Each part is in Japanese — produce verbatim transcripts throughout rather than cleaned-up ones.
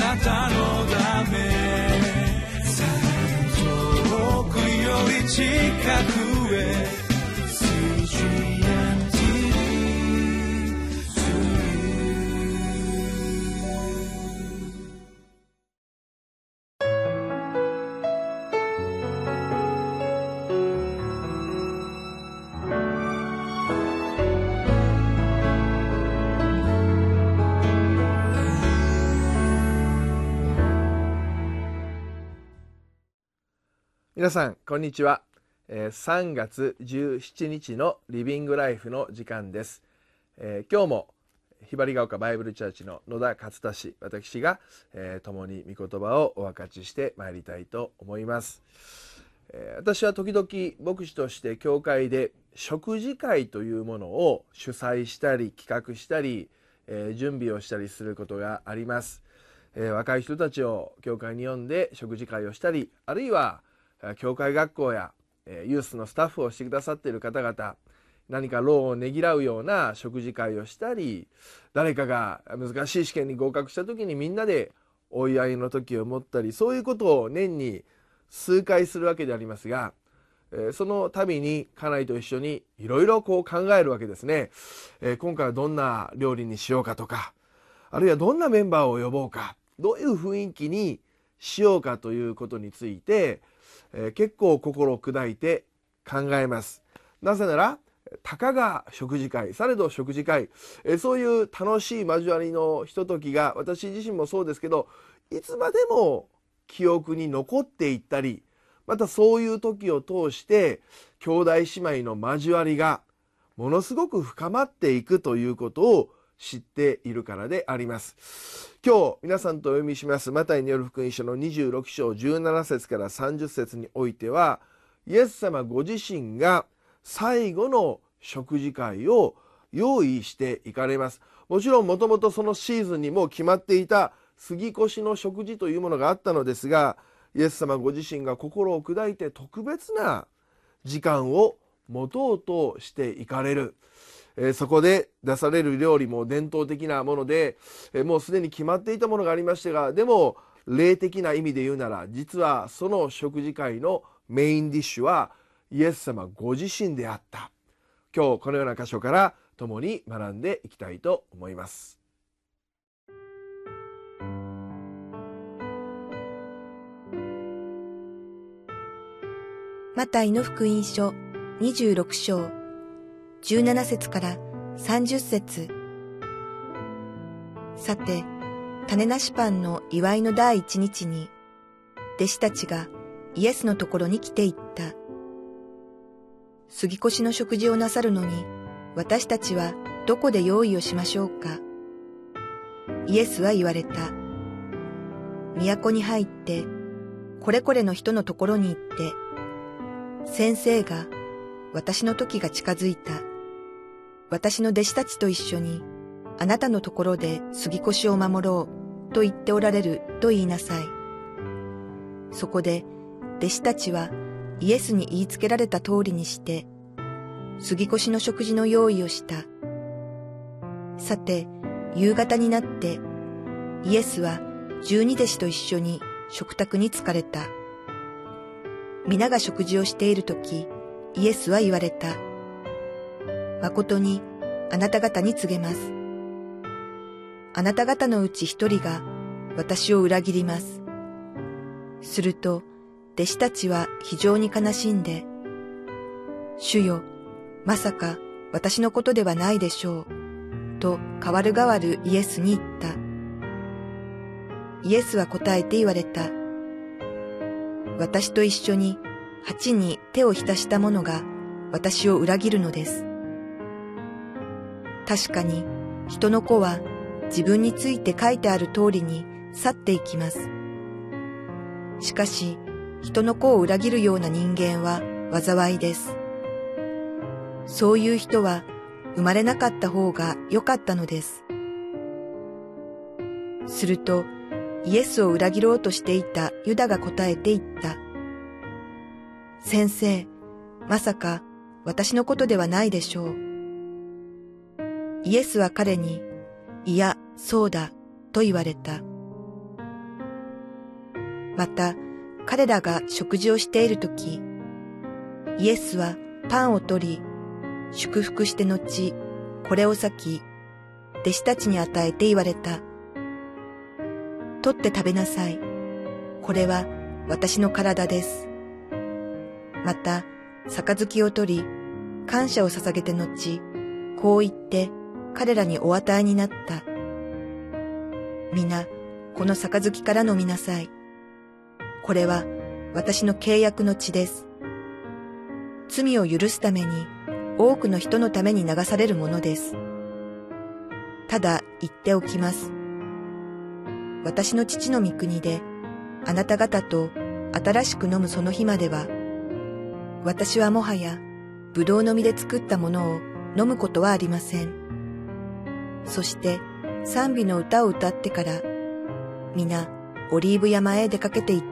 なたのため遠くより近くへ皆さんこんにちは。さんがつじゅうしちにちのリビングライフの時間です。えー、今日もひばりが丘バイブルチャーチの野田勝田氏、私が、えー、共に御言葉をお分かちしてまいりたいと思います。えー、私は時々牧師として教会で食事会というものを主催したり企画したり、えー、準備をしたりすることがあります。えー、若い人たちを教会に呼んで食事会をしたり、あるいは教会学校やユースのスタッフをしてくださっている方々、何か労をねぎらうような食事会をしたり、誰かが難しい試験に合格した時にみんなでお祝いの時を持ったり、そういうことを年に数回するわけでありますが、その度に家内と一緒にいろいろこう考えるわけですね。今回はどんな料理にしようかとか、あるいはどんなメンバーを呼ぼうか、どういう雰囲気にしようかということについてえー、結構心を砕いて考えます。なぜならたかが食事会、されど食事会、えー、そういう楽しい交わりのひとときが私自身もそうですけど、いつまでも記憶に残っていったり、またそういう時を通して兄弟姉妹の交わりがものすごく深まっていくということを知っているからであります。今日皆さんとお読みしますマタイによる福音書のにじゅうろくしょうじゅうななせつからさんじゅっせつにおいては、イエス様ご自身が最後の食事会を用意していかれます。もちろんもともとそのシーズンにもう決まっていた杉越の食事というものがあったのですが、イエス様ご自身が心を砕いて特別な時間を持とうとしていかれる。えー、そこで出される料理も伝統的なもので、えー、もうすでに決まっていたものがありましたが、でも霊的な意味で言うなら、実はその食事会のメインディッシュはイエス様ご自身であった。今日このような箇所から共に学んでいきたいと思います。 マタイの福音書にじゅうろくしょうじゅうななせつからさんじゅっせつ。さて、種なしパンの祝いの第一日に、弟子たちがイエスのところに来ていった。杉越の食事をなさるのに、私たちはどこで用意をしましょうか。イエスは言われた。都に入って、これこれの人のところに行って、先生が、私の時が近づいた。私の弟子たちと一緒に、あなたのところで杉越を守ろうと言っておられると言いなさい。そこで、弟子たちはイエスに言いつけられた通りにして、杉越の食事の用意をした。さて、夕方になって、イエスは十二弟子と一緒に食卓に着かれた。皆が食事をしているとき、イエスは言われた。誠にあなた方に告げます。あなた方のうち一人が私を裏切ります。すると弟子たちは非常に悲しんで、主よ、まさか私のことではないでしょう、と代わる代わるイエスに言った。イエスは答えて言われた。私と一緒に鉢に手を浸した者が私を裏切るのです。確かに人の子は自分について書いてある通りに去っていきます。しかし人の子を裏切るような人間は災いです。そういう人は生まれなかった方が良かったのです。するとイエスを裏切ろうとしていたユダが答えて言った。先生、まさか私のことではないでしょう。イエスは彼に、いや、そうだ、と言われた。 また、彼らが食事をしているとき、イエスはパンを取り、祝福して後、これを裂き、弟子たちに与えて言われた。取って食べなさい。これは私の体です。また、杯を取り、感謝を捧げて後、こう言って彼らにお与えになった。皆、この杯から飲みなさい。これは私の契約の血です。罪を許すために多くの人のために流されるものです。ただ言っておきます。私の父の御国であなた方と新しく飲むその日までは、私はもはやぶどうの実で作ったものを飲むことはありません。そして賛美の歌を歌ってから、皆オリーブ山へ出かけて行った。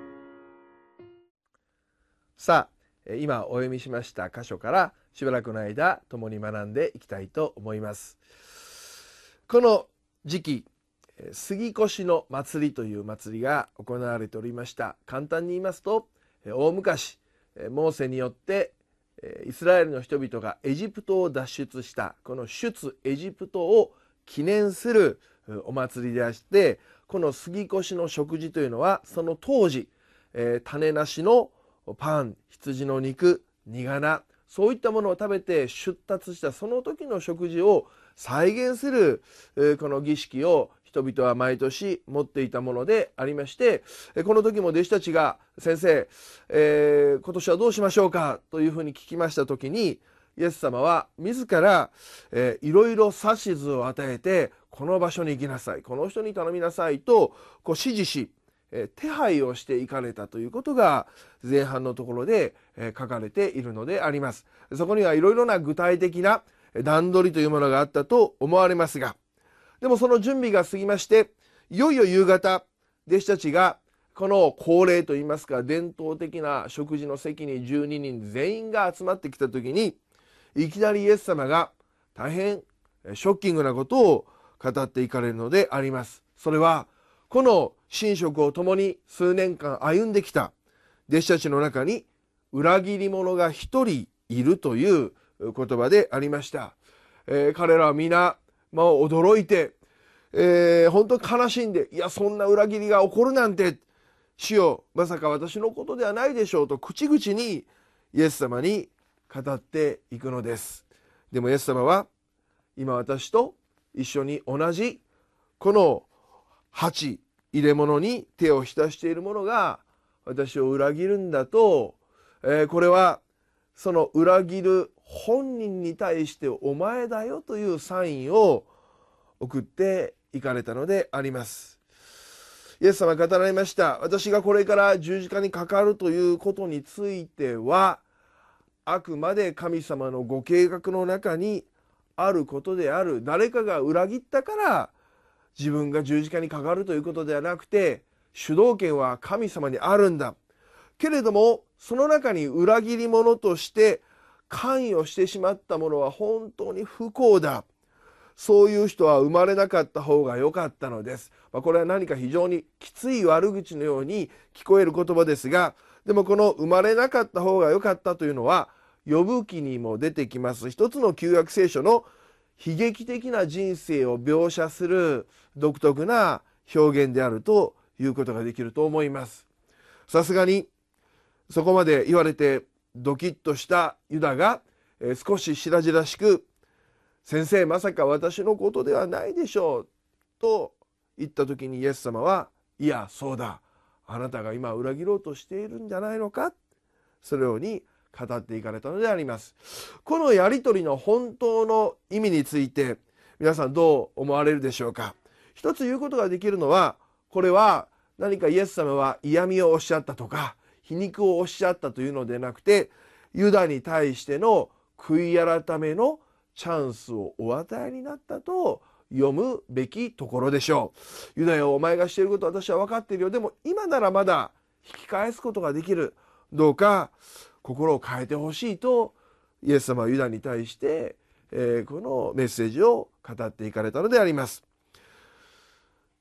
さあ、今お読みしました箇所からしばらくの間共に学んでいきたいと思います。この時期、杉越の祭りという祭りが行われておりました。簡単に言いますと、大昔モーセによってイスラエルの人々がエジプトを脱出したこの出エジプトを記念するお祭りであして、この杉越の食事というのはその当時、えー、種なしのパン、羊の肉、煮仮そういったものを食べて出立したその時の食事を再現する、えー、この儀式を人々は毎年持っていたものでありまして、この時も弟子たちが先生、えー、今年はどうしましょうかというふうに聞きました時に、イエス様は自ら、えー、いろいろ指図を与えて、この場所に行きなさい、この人に頼みなさいとこう指示し、えー、手配をしていかれたということが前半のところで、えー、書かれているのであります。そこにはいろいろな具体的な段取りというものがあったと思われますが、でもその準備が過ぎまして、いよいよ夕方、弟子たちがこの恒例といいますか伝統的な食事の席にじゅうににん全員が集まってきた時に、いきなりイエス様が大変ショッキングなことを語っていかれるのであります。それはこの神職を共に数年間歩んできた弟子たちの中に裏切り者が一人いるという言葉でありました。えー、彼らは皆まあ、驚いて、えー、本当に悲しんで、いやそんな裏切りが起こるなんて、主よまさか私のことではないでしょうと口々にイエス様に語っていくのです。でもイエス様は今私と一緒に同じこの鉢入れ物に手を浸している者が私を裏切るんだと、えー、これはその裏切る本人に対してお前だよというサインを送っていかれたのであります。イエス様は語られました。私がこれから十字架にかかるということについては、あくまで神様のご計画の中にあることである。誰かが裏切ったから自分が十字架にかかるということではなくて、主導権は神様にあるんだ。けれどもその中に裏切り者として関与してしまった者は本当に不幸だ。そういう人は生まれなかった方が良かったのです。まあ、これは何か非常にきつい悪口のように聞こえる言葉ですが、でもこの生まれなかった方が良かったというのは呼ぶ記にも出てきます一つの旧約聖書の悲劇的な人生を描写する独特な表現であるということができると思います。さすがにそこまで言われてドキッとしたユダが、えー、少し白々しく、先生まさか私のことではないでしょうと言った時にイエス様は、いやそうだ、あなたが今裏切ろうとしているんじゃないのか、そのように語っていかれたのであります。このやり取りの本当の意味について皆さんどう思われるでしょうか。一つ言うことができるのは、これは何かイエス様は嫌味をおっしゃったとか皮肉をおっしゃったというのでなくて、ユダに対しての悔い改めのチャンスをお与えになったと読むべきところでしょう。ユダよ、お前がしていること私は分かっているよ。でも今ならまだ引き返すことができる。どうか心を変えてほしいとイエス様はユダに対して、えー、このメッセージを語っていかれたのであります。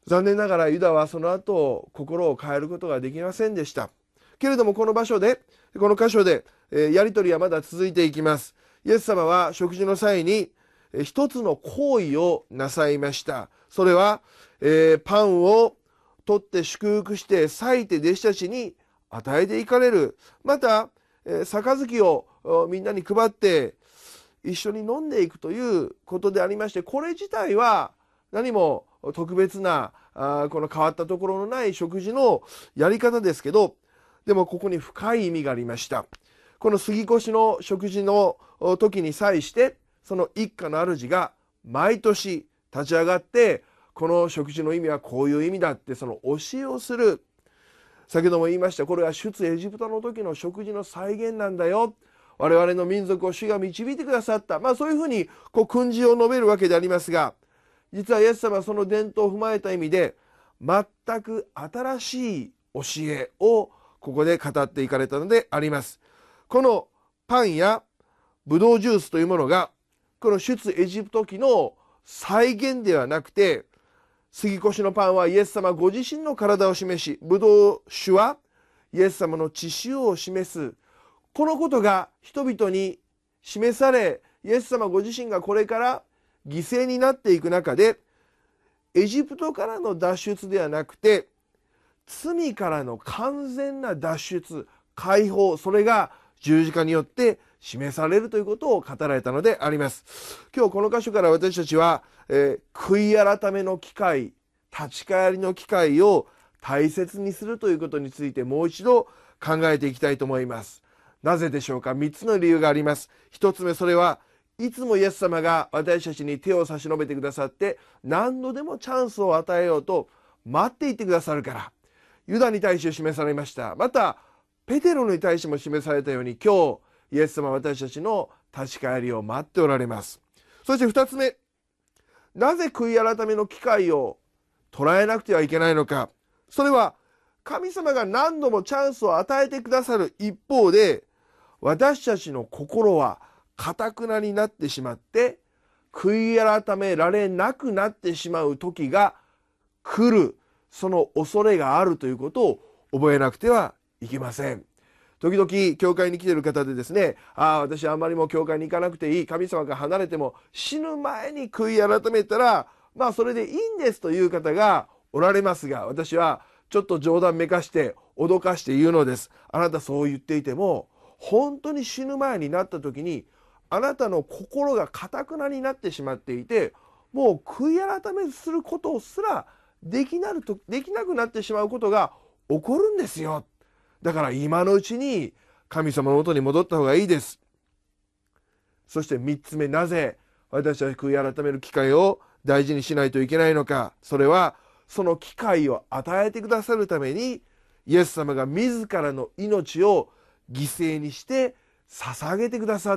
残念ながらユダはその後心を変えることができませんでした。けれどもこの場所でこの箇所で、えー、やり取りはまだ続いていきます。イエス様は食事の際に、えー、一つの行為をなさいました。それは、えー、パンを取って祝福して裂いて弟子たちに与えていかれる。また、えー、杯をみんなに配って一緒に飲んでいくということでありまして、これ自体は何も特別なあこの変わったところのない食事のやり方ですけど、でもここに深い意味がありました。この杉越の食事の時に際して、その一家の主が毎年立ち上がって、この食事の意味はこういう意味だってその教えをする。先ほども言いました、これは出エジプトの時の食事の再現なんだよ。我々の民族を主が導いてくださった。まあそういうふうにこう訓示を述べるわけでありますが、実はイエス様はその伝統を踏まえた意味で、全く新しい教えをここで語っていかれたのであります。このパンやブドウジュースというものが、この出エジプト記の再現ではなくて、杉越のパンはイエス様ご自身の体を示し、ブドウ酒はイエス様の血潮を示す。このことが人々に示され、イエス様ご自身がこれから犠牲になっていく中で、エジプトからの脱出ではなくて、罪からの完全な脱出、解放、それが十字架によって示されるということを語られたのであります。今日この箇所から私たちは、えー、悔い改めの機会、立ち返りの機会を大切にするということについてもう一度考えていきたいと思います。なぜでしょうか。みっつの理由があります。一つ目、それはいつもイエス様が私たちに手を差し伸べてくださって、何度でもチャンスを与えようと待っていてくださるから。ユダに対して示されました。またペテロに対しても示されたように、今日イエス様は私たちの立ち返りを待っておられます。そして二つ目、なぜ悔い改めの機会を捉えなくてはいけないのか。それは神様が何度もチャンスを与えてくださる一方で、私たちの心は堅くなになってしまって、悔い改められなくなってしまう時が来る、その恐れがあるということを覚えなくてはいけません。時々教会に来ている方でですね、ああ私あんまりもう教会に行かなくていい、神様が離れても死ぬ前に悔い改めたらまあそれでいいんですという方がおられますが、私はちょっと冗談めかして脅かして言うのです。あなたそう言っていても、本当に死ぬ前になった時にあなたの心が堅くなになってしまっていて、もう悔い改めすることすらできなるとできなくなってしまうことが起こるんですよ。だから今のうちに神様の元に戻った方がいいです。そしてみっつめ、なぜ私たち悔い改める機会を大事にしないといけないのか。それはその機会を与えてくださるために、イエス様が自らの命を犠牲にして捧げてくださった。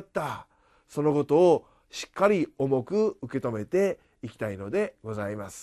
そのことをしっかり重く受け止めていきたいのでございます。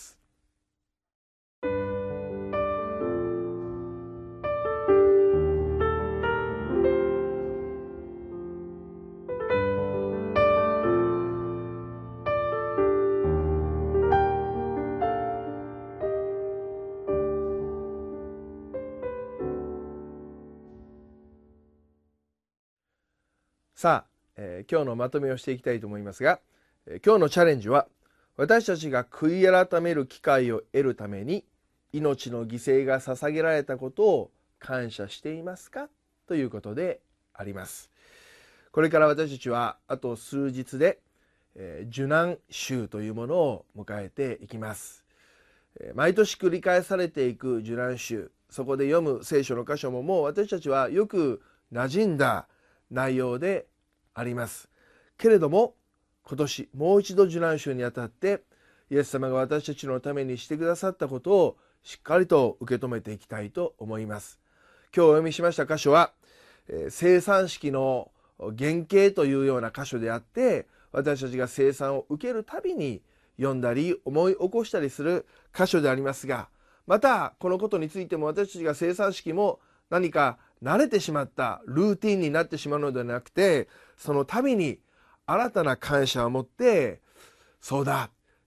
さあ、えー、今日のまとめをしていきたいと思いますが、えー、今日のチャレンジは、私たちが悔い改める機会を得るために命の犠牲が捧げられたことを感謝していますかということであります。これから私たちはあと数日で、えー、受難週というものを迎えていきます。えー、毎年繰り返されていく受難週、そこで読む聖書の箇所ももう私たちはよく馴染んだ内容であります。けれども今年もう一度受難週にあたってイエス様が私たちのためにしてくださったことをしっかりと受け止めていきたいと思います。今日お読みしました箇所は、えー、生産式の原型というような箇所であって、私たちが生産を受けるたびに読んだり思い起こしたりする箇所でありますが、またこのことについても私たちが生産式も何か慣れてしまったルーティンになってしまうのではなくて、その度に新たな感謝を持って、そうだ、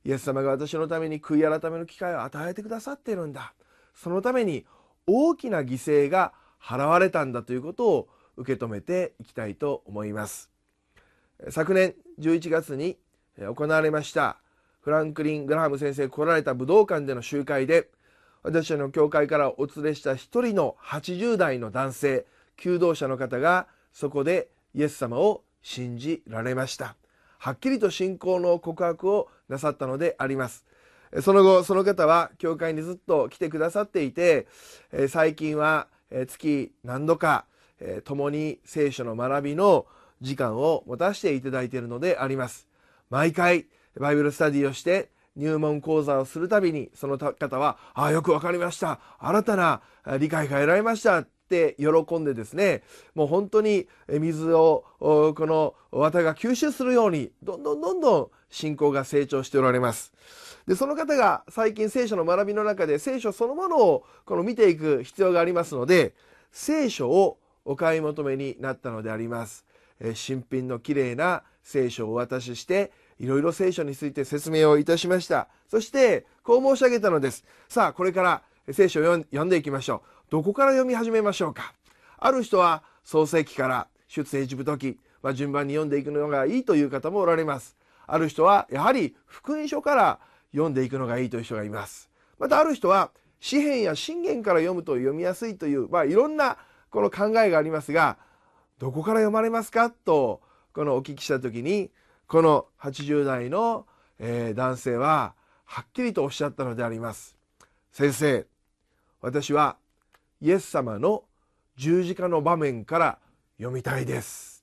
イエス様が私のために悔い改めの機会を与えてくださっているんだ。そのために大きな犠牲が払われたんだということを受け止めていきたいと思います。昨年じゅういちがつに行われましたフランクリン・グラハム先生来られた武道館での集会で、私たちの教会からお連れした一人のはちじゅう代の男性、求道者の方がそこでイエス様を信じられました。はっきりと信仰の告白をなさったのであります。その後、その方は教会にずっと来てくださっていて、最近は月何度か共に聖書の学びの時間を持たせていただいているのであります。毎回バイブルスタディをして入門講座をするたびに、その方は、ああ、よくわかりました。新たな理解が得られましたって喜んでですね、もう本当に水をこの綿が吸収するように、どんどんどんどん信仰が成長しておられます。で、その方が最近聖書の学びの中で聖書そのものをこの見ていく必要がありますので、聖書をお買い求めになったのであります。新品の綺麗な聖書をお渡しして、いろいろ聖書について説明をいたしました。そしてこう申し上げたのです。さあ、これから聖書を読んでいきましょう。どこから読み始めましょうか。ある人は創世記から出エジプト記、まあ、順番に読んでいくのがいいという方もおられます。ある人はやはり福音書から読んでいくのがいいという人がいます。またある人は詩編や箴言から読むと読みやすいという、まあ、いろんなこの考えがありますが、どこから読まれますかとこのお聞きした時に、このはちじゅう代の、えー、男性ははっきりとおっしゃったのであります。先生、私はイエス様の十字架の場面から読みたいです。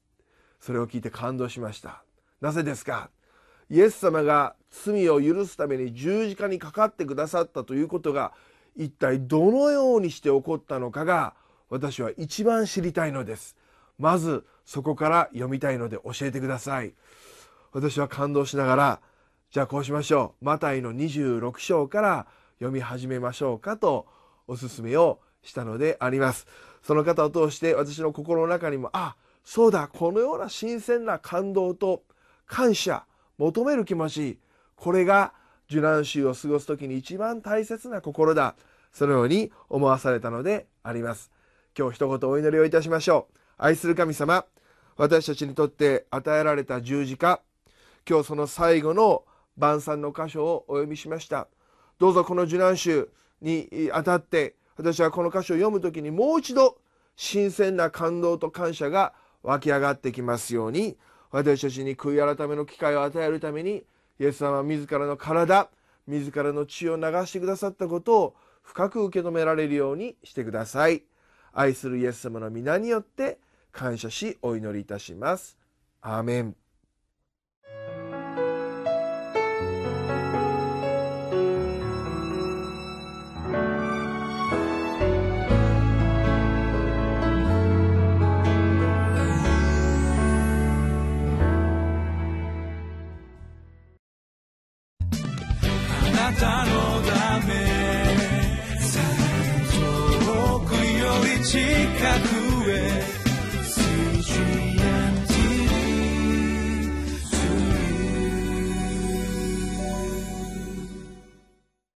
それを聞いて感動しました。なぜですか。イエス様が罪を許すために十字架にかかってくださったということが一体どのようにして起こったのかが私は一番知りたいのです。まずそこから読みたいので教えてください。私は感動しながら、じゃあこうしましょう。マタイのにじゅうろく章から読み始めましょうかとお勧めをしたのであります。その方を通して私の心の中にも、あ、そうだ、このような新鮮な感動と感謝、求める気持ち、これが受難週を過ごすときに一番大切な心だ。そのように思わされたのであります。今日一言お祈りをいたしましょう。愛する神様、私たちにとって与えられた十字架、今日その最後の晩餐の箇所をお読みしました。どうぞこの受難週にあたって私はこの箇所を読むときにもう一度新鮮な感動と感謝が湧き上がってきますように、私たちに悔い改めの機会を与えるためにイエス様は自らの体、自らの血を流してくださったことを深く受け止められるようにしてください。愛するイエス様の皆によって感謝しお祈りいたします。アーメン。 あなたのため遠くより近くへ